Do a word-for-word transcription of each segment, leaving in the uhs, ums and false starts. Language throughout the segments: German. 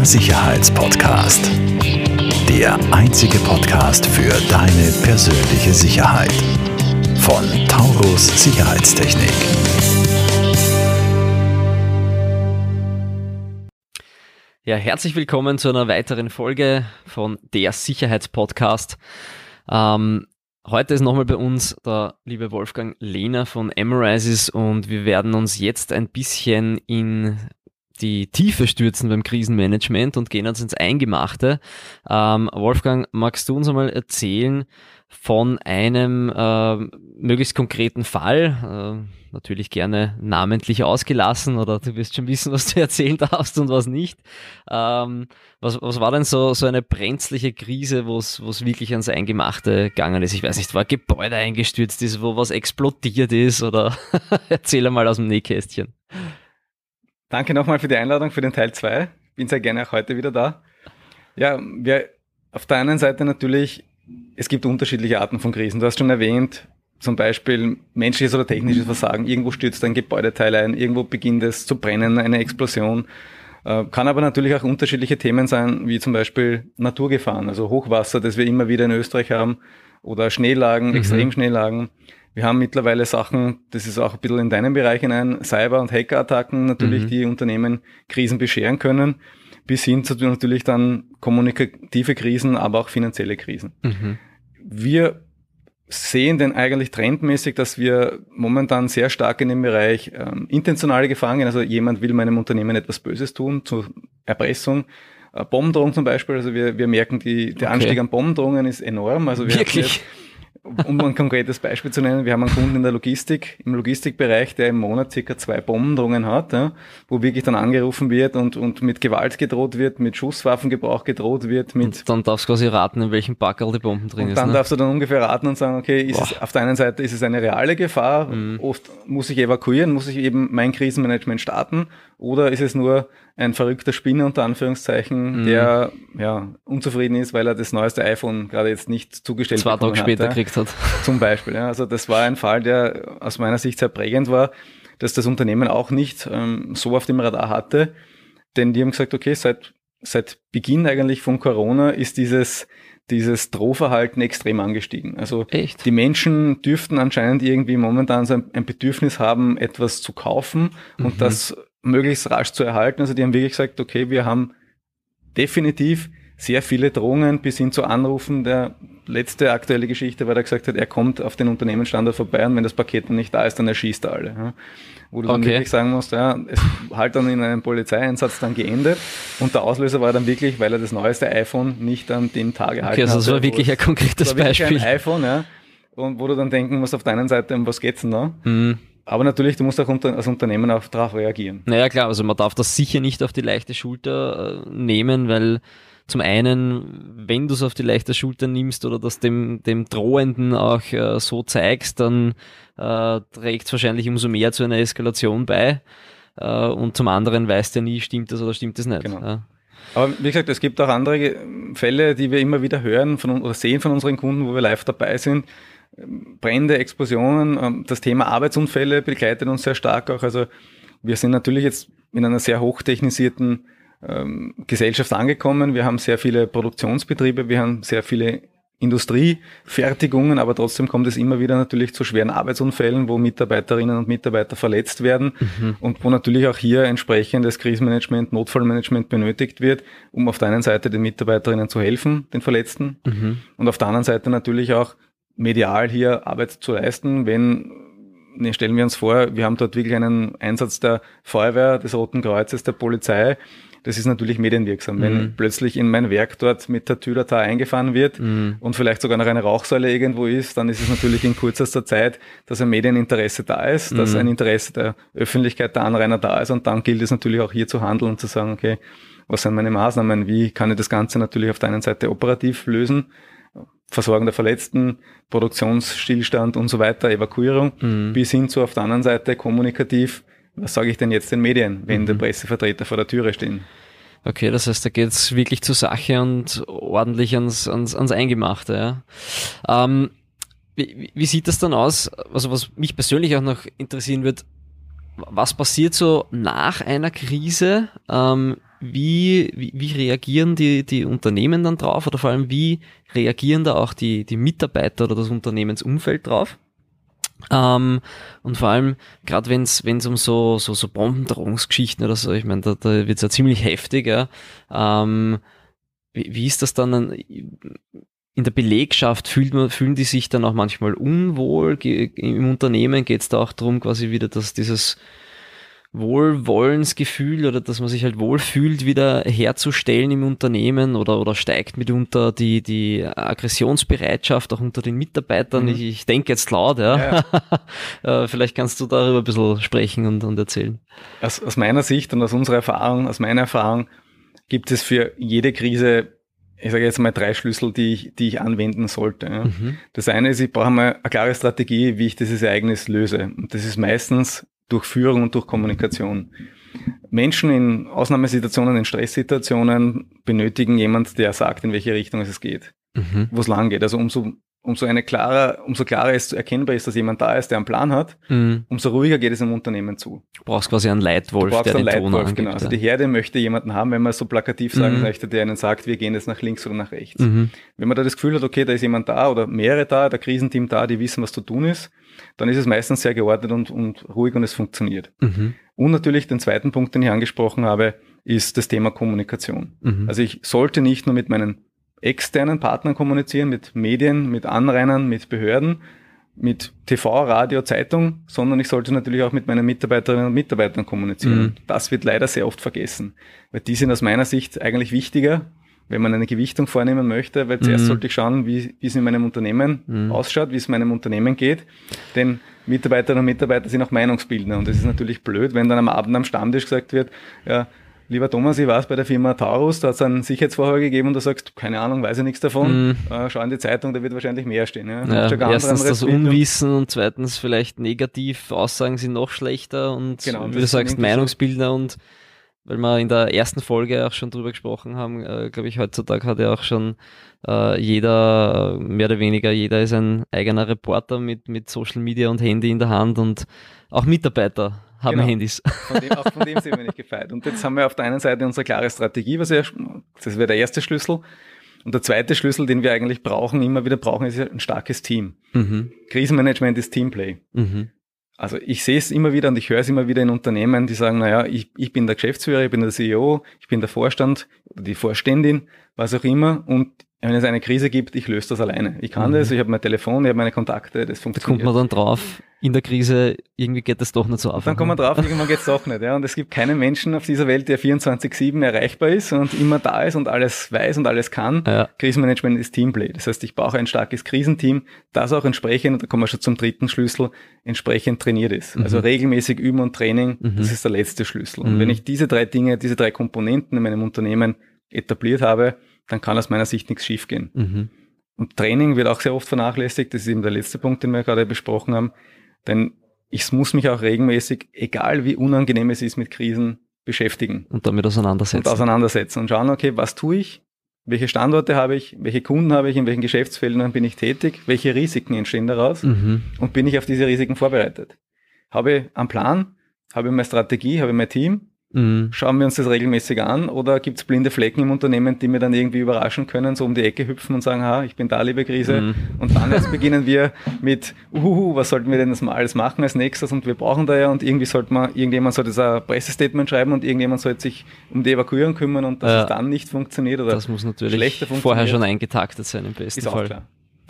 Sicherheitspodcast. Der einzige Podcast für deine persönliche Sicherheit. Von Taurus Sicherheitstechnik. Ja, herzlich willkommen zu einer weiteren Folge von der Sicherheitspodcast. Ähm, heute ist nochmal bei uns der liebe Wolfgang Lehner von Emerises und wir werden uns jetzt ein bisschen in die Tiefe stürzen beim Krisenmanagement und gehen uns ins Eingemachte. Ähm, Wolfgang, magst du uns einmal erzählen von einem äh, möglichst konkreten Fall, äh, natürlich gerne namentlich ausgelassen, oder du wirst schon wissen, was du erzählen darfst und was nicht. Ähm, was, was war denn so, so eine brenzliche Krise, wo es wirklich ans Eingemachte gegangen ist? Ich weiß nicht, war ein Gebäude eingestürzt ist, wo was explodiert ist, oder erzähl einmal aus dem Nähkästchen. Danke nochmal für die Einladung für den Teil zwei. Bin sehr gerne auch heute wieder da. Ja, wir auf der einen Seite natürlich, es gibt unterschiedliche Arten von Krisen. Du hast schon erwähnt, zum Beispiel menschliches oder technisches Versagen. Irgendwo stürzt ein Gebäudeteil ein, irgendwo beginnt es zu brennen, eine Explosion. Äh, kann aber natürlich auch unterschiedliche Themen sein, wie zum Beispiel Naturgefahren, also Hochwasser, das wir immer wieder in Österreich haben, oder Schneelagen, mhm. Extremschneelagen. Wir haben mittlerweile Sachen, das ist auch ein bisschen in deinem Bereich hinein, Cyber- und Hackerattacken natürlich, mhm. die Unternehmen Krisen bescheren können, bis hin zu natürlich dann kommunikative Krisen, aber auch finanzielle Krisen. Mhm. Wir sehen denn eigentlich trendmäßig, dass wir momentan sehr stark in dem Bereich ähm, intentionale Gefahren gehen, also jemand will meinem Unternehmen etwas Böses tun, zur Erpressung, äh, Bombendrohung zum Beispiel, also wir, wir merken, die, der okay. Anstieg an Bombendrohungen ist enorm. Also wir Wirklich? Um ein konkretes Beispiel zu nennen, wir haben einen Kunden in der Logistik, im Logistikbereich, der im Monat circa zwei Bombendrohungen hat, ja, wo wirklich dann angerufen wird und, und mit Gewalt gedroht wird, mit Schusswaffengebrauch gedroht wird. Mit und dann darfst du quasi raten, in welchem Packerl die Bomben drin und ist. Dann ne? darfst du dann ungefähr raten und sagen, okay, ist es, auf der einen Seite ist es eine reale Gefahr, mhm. oft muss ich evakuieren, muss ich eben mein Krisenmanagement starten, oder ist es nur ein verrückter Spinner unter Anführungszeichen, mhm. der ja unzufrieden ist, weil er das neueste iPhone gerade jetzt nicht zugestellt Zwei Tage später hat, gekriegt hat. Zum Beispiel. Ja. Also das war ein Fall, der aus meiner Sicht sehr prägend war, dass das Unternehmen auch nicht ähm, so auf dem Radar hatte. Denn die haben gesagt, okay, seit seit Beginn eigentlich von Corona ist dieses dieses Drohverhalten extrem angestiegen. Also Echt? Die Menschen dürften anscheinend irgendwie momentan so ein, ein Bedürfnis haben, etwas zu kaufen mhm. und das möglichst rasch zu erhalten. Also die haben wirklich gesagt, okay, wir haben definitiv sehr viele Drohungen bis hin zu Anrufen. Der letzte aktuelle Geschichte war, der gesagt hat, er kommt auf den Unternehmensstandort vorbei und wenn das Paket dann nicht da ist, dann erschießt er alle. Ja. Wo du dann okay. wirklich sagen musst, ja, es halt dann in einem Polizeieinsatz dann geendet und der Auslöser war dann wirklich, weil er das neueste iPhone nicht an dem Tag erhalten hat. Okay, also das war wirklich ein konkretes Beispiel. Das war wirklich Beispiel. ein iPhone, ja, und wo du dann denken musst, auf der einen Seite, um was geht's denn da? Mhm. Aber natürlich, du musst auch unter, als Unternehmen auch darauf reagieren. Naja, klar, also man darf das sicher nicht auf die leichte Schulter äh, nehmen, weil zum einen, wenn du es auf die leichte Schulter nimmst oder das dem, dem Drohenden auch äh, so zeigst, dann äh, trägt es wahrscheinlich umso mehr zu einer Eskalation bei. Äh, und zum anderen weißt du ja nie, stimmt das oder stimmt das nicht. Genau. Ja. Aber wie gesagt, es gibt auch andere Fälle, die wir immer wieder hören von, oder sehen von unseren Kunden, wo wir live dabei sind. Brände, Explosionen, das Thema Arbeitsunfälle begleitet uns sehr stark auch. Also wir sind natürlich jetzt in einer sehr hochtechnisierten ähm, Gesellschaft angekommen. Wir haben sehr viele Produktionsbetriebe, wir haben sehr viele Industriefertigungen, aber trotzdem kommt es immer wieder natürlich zu schweren Arbeitsunfällen, wo Mitarbeiterinnen und Mitarbeiter verletzt werden mhm. und wo natürlich auch hier entsprechendes Krisenmanagement, Notfallmanagement benötigt wird, um auf der einen Seite den Mitarbeiterinnen zu helfen, den Verletzten, mhm. und auf der anderen Seite natürlich auch medial hier Arbeit zu leisten. Wenn, ne, stellen wir uns vor, wir haben dort wirklich einen Einsatz der Feuerwehr, des Roten Kreuzes, der Polizei. Das ist natürlich medienwirksam. Mhm. Wenn plötzlich in mein Werk dort mit der Tür eingefahren wird mhm. und vielleicht sogar noch eine Rauchsäule irgendwo ist, dann ist es natürlich in kürzester Zeit, dass ein Medieninteresse da ist, mhm. dass ein Interesse der Öffentlichkeit, der Anrainer da ist, und dann gilt es natürlich auch hier zu handeln und zu sagen, okay, was sind meine Maßnahmen, wie kann ich das Ganze natürlich auf der einen Seite operativ lösen, Versorgen der Verletzten, Produktionsstillstand und so weiter, Evakuierung, mhm. bis hin zu auf der anderen Seite kommunikativ, was sage ich denn jetzt den Medien, wenn mhm. die Pressevertreter vor der Türe stehen? Okay, das heißt, da geht's wirklich zur Sache und ordentlich ans, ans, ans Eingemachte. Ja. Ähm, wie, wie sieht das dann aus? Also was mich persönlich auch noch interessieren wird, was passiert so nach einer Krise? Ähm, wie, wie, wie reagieren die, die Unternehmen dann drauf oder vor allem wie reagieren da auch die, die Mitarbeiter oder das Unternehmensumfeld drauf? Ähm, und vor allem, gerade wenn es wenn es um so, so, so Bombendrohungsgeschichten oder so, ich meine, da, da wird es ja ziemlich heftig, ja. Ähm, wie, wie ist das dann an, in der Belegschaft? Fühlt man, fühlen die sich dann auch manchmal unwohl? Ge, im Unternehmen geht es da auch darum, quasi wieder, dass dieses Wohlwollensgefühl oder dass man sich halt wohlfühlt, wieder herzustellen im Unternehmen oder, oder steigt mitunter die, die Aggressionsbereitschaft auch unter den Mitarbeitern. Mhm. Ich, ich denke jetzt laut, ja. ja. äh, vielleicht kannst du darüber ein bisschen sprechen und, und erzählen. Aus, aus meiner Sicht und aus unserer Erfahrung, aus meiner Erfahrung gibt es für jede Krise, ich sage jetzt mal drei Schlüssel, die ich, die ich anwenden sollte. Ja. Mhm. Das eine ist, ich brauche mal eine klare Strategie, wie ich dieses Ereignis löse. Und das ist meistens durch Führung und durch Kommunikation. Menschen in Ausnahmesituationen, in Stresssituationen benötigen jemand, der sagt, in welche Richtung es geht, mhm. wo es lang geht. Also umso, umso eine klarer, umso klarer ist, erkennbar ist, dass jemand da ist, der einen Plan hat, mhm. umso ruhiger geht es im Unternehmen zu. Du brauchst quasi einen Leitwolf, du brauchst der einen den Leitwolf, Ton angibt, genau. Also die Herde möchte jemanden haben, wenn man so plakativ sagen mhm. möchte, der ihnen sagt, wir gehen jetzt nach links oder nach rechts. Mhm. Wenn man da das Gefühl hat, okay, da ist jemand da oder mehrere da, der Krisenteam da, die wissen, was zu tun ist, dann ist es meistens sehr geordnet und, und ruhig und es funktioniert. Mhm. Und natürlich den zweiten Punkt, den ich angesprochen habe, ist das Thema Kommunikation. Mhm. Also ich sollte nicht nur mit meinen externen Partnern kommunizieren, mit Medien, mit Anrainern, mit Behörden, mit T V, Radio, Zeitung, sondern ich sollte natürlich auch mit meinen Mitarbeiterinnen und Mitarbeitern kommunizieren. Mhm. Das wird leider sehr oft vergessen, weil die sind aus meiner Sicht eigentlich wichtiger, wenn man eine Gewichtung vornehmen möchte, weil zuerst mhm. sollte ich schauen, wie, wie es in meinem Unternehmen mhm. ausschaut, wie es meinem Unternehmen geht, denn Mitarbeiterinnen und Mitarbeiter sind auch Meinungsbildner und es ist natürlich blöd, wenn dann am Abend am Stammtisch gesagt wird, ja, lieber Thomas, ich weiß bei der Firma Taurus, da hat es einen Sicherheitsvorfall gegeben und du sagst, keine Ahnung, weiß ich nichts davon, mhm. äh, schau in die Zeitung, da wird wahrscheinlich mehr stehen. Ja, ja, erstens das Unwissen und zweitens vielleicht negativ, Aussagen sind noch schlechter und genau, wie du sagst, Meinungsbildner und weil wir in der ersten Folge auch schon drüber gesprochen haben, äh, glaube ich, heutzutage hat ja auch schon äh, jeder, mehr oder weniger jeder ist ein eigener Reporter mit, mit Social Media und Handy in der Hand und auch Mitarbeiter haben genau. Handys. Von dem, auch von dem sind wir nicht gefeit. Und jetzt haben wir auf der einen Seite unsere klare Strategie, was ja, das wäre der erste Schlüssel. Und der zweite Schlüssel, den wir eigentlich brauchen, immer wieder brauchen, ist ja ein starkes Team. Mhm. Krisenmanagement ist Teamplay. Mhm. Also ich sehe es immer wieder und ich höre es immer wieder in Unternehmen, die sagen, naja, ich, ich bin der Geschäftsführer, ich bin der C E O, ich bin der Vorstand oder die Vorständin, was auch immer und wenn es eine Krise gibt, ich löse das alleine. Ich kann mhm. das, ich habe mein Telefon, ich habe meine Kontakte, das funktioniert. Da kommt man dann drauf, in der Krise, irgendwie geht das doch nicht so einfach. Dann kommt man drauf, irgendwann geht es doch nicht. Ja. Und es gibt keinen Menschen auf dieser Welt, der vierundzwanzig sieben erreichbar ist und immer da ist und alles weiß und alles kann. Ja. Krisenmanagement ist Teamplay. Das heißt, ich brauche ein starkes Krisenteam, das auch entsprechend, und da kommen wir schon zum dritten Schlüssel, entsprechend trainiert ist. Mhm. Also regelmäßig üben und Training, mhm. das ist der letzte Schlüssel. Und mhm. wenn ich diese drei Dinge, diese drei Komponenten in meinem Unternehmen etabliert habe, dann kann aus meiner Sicht nichts schiefgehen. Mhm. Und Training wird auch sehr oft vernachlässigt. Das ist eben der letzte Punkt, den wir gerade besprochen haben. Denn ich muss mich auch regelmäßig, egal wie unangenehm es ist, mit Krisen beschäftigen. Und damit auseinandersetzen. Und auseinandersetzen und schauen, okay, was tue ich? Welche Standorte habe ich? Welche Kunden habe ich? In welchen Geschäftsfeldern bin ich tätig? Welche Risiken entstehen daraus? Mhm. Und bin ich auf diese Risiken vorbereitet? Habe ich einen Plan? Habe ich meine Strategie? Habe ich mein Team? Mhm. Schauen wir uns das regelmäßig an oder gibt es blinde Flecken im Unternehmen, die mir dann irgendwie überraschen können, so um die Ecke hüpfen und sagen, ha, ich bin da, liebe Krise. Mhm. Und dann jetzt beginnen wir mit, uhuhu, was sollten wir denn das mal alles machen als nächstes und wir brauchen da ja und irgendwie sollte man, irgendjemand sollte das ein Pressestatement schreiben und irgendjemand sollte sich um die Evakuierung kümmern und dass ja. es dann nicht funktioniert oder das muss natürlich schlechter funktioniert. Vorher schon eingetaktet sein im besten Ist Fall. Auch klar.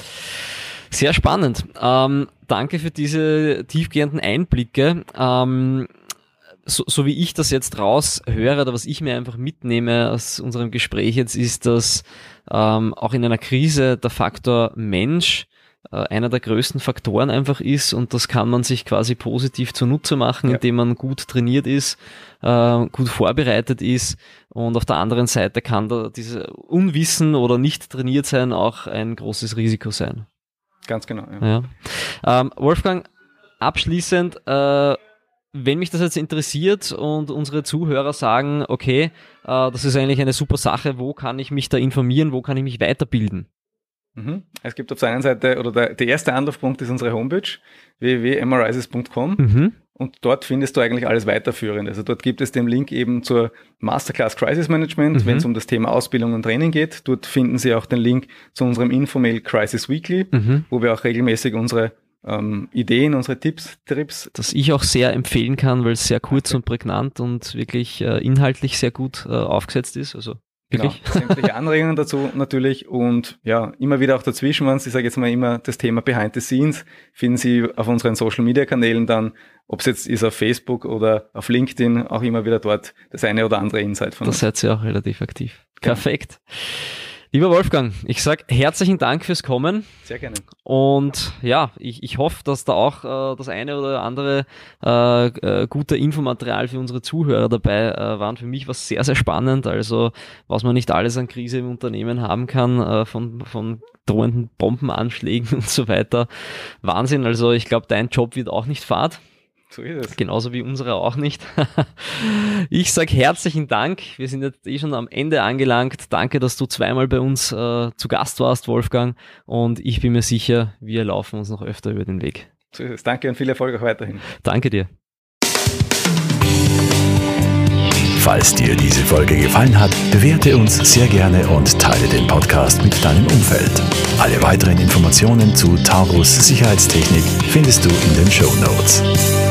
Sehr spannend. Ähm, danke für diese tiefgehenden Einblicke. Ähm, So, so wie ich das jetzt raushöre oder was ich mir einfach mitnehme aus unserem Gespräch jetzt ist, dass ähm, auch in einer Krise der Faktor Mensch äh, einer der größten Faktoren einfach ist und das kann man sich quasi positiv zunutze machen, ja. indem man gut trainiert ist, äh, gut vorbereitet ist und auf der anderen Seite kann da diese Unwissen oder nicht trainiert sein auch ein großes Risiko sein. Ganz genau. Ja. Ja. Ähm, Wolfgang, abschließend, äh, wenn mich das jetzt interessiert und unsere Zuhörer sagen, okay, äh, das ist eigentlich eine super Sache, wo kann ich mich da informieren, wo kann ich mich weiterbilden? Mhm. Es gibt auf der einen Seite, oder der, der erste Anlaufpunkt ist unsere Homepage, w w w punkt emerises punkt com mhm. und dort findest du eigentlich alles weiterführend. Also dort gibt es den Link eben zur Masterclass Crisis Management, mhm. wenn es um das Thema Ausbildung und Training geht. Dort finden Sie auch den Link zu unserem Infomail Crisis Weekly, mhm. wo wir auch regelmäßig unsere ähm, Ideen, unsere Tipps, Trips. Das ich auch sehr empfehlen kann, weil es sehr kurz okay. und prägnant und wirklich äh, inhaltlich sehr gut äh, aufgesetzt ist. Also wirklich. Genau, sämtliche Anregungen dazu natürlich und ja, immer wieder auch dazwischen, ich sage jetzt mal immer, das Thema Behind the Scenes finden Sie auf unseren Social Media Kanälen dann, ob es jetzt ist auf Facebook oder auf LinkedIn, auch immer wieder dort das eine oder andere Insight von uns. Da seid ihr auch relativ aktiv. Genau. Perfekt. Lieber Wolfgang, ich sage herzlichen Dank fürs Kommen. Sehr gerne. Und ja, ich, ich hoffe, dass da auch äh, das eine oder andere äh, äh, gute Infomaterial für unsere Zuhörer dabei äh, waren. Für mich war es sehr, sehr spannend. Also was man nicht alles an Krise im Unternehmen haben kann, äh, von, von drohenden Bombenanschlägen und so weiter. Wahnsinn. Also ich glaube, dein Job wird auch nicht fad. So ist es. Genauso wie unsere auch nicht. Ich sage herzlichen Dank. Wir sind jetzt eh schon am Ende angelangt. Danke, dass du zweimal bei uns äh, zu Gast warst, Wolfgang. Und ich bin mir sicher, wir laufen uns noch öfter über den Weg. So ist es. Danke und viel Erfolg auch weiterhin. Danke dir. Falls dir diese Folge gefallen hat, bewerte uns sehr gerne und teile den Podcast mit deinem Umfeld. Alle weiteren Informationen zu Taurus Sicherheitstechnik findest du in den Shownotes.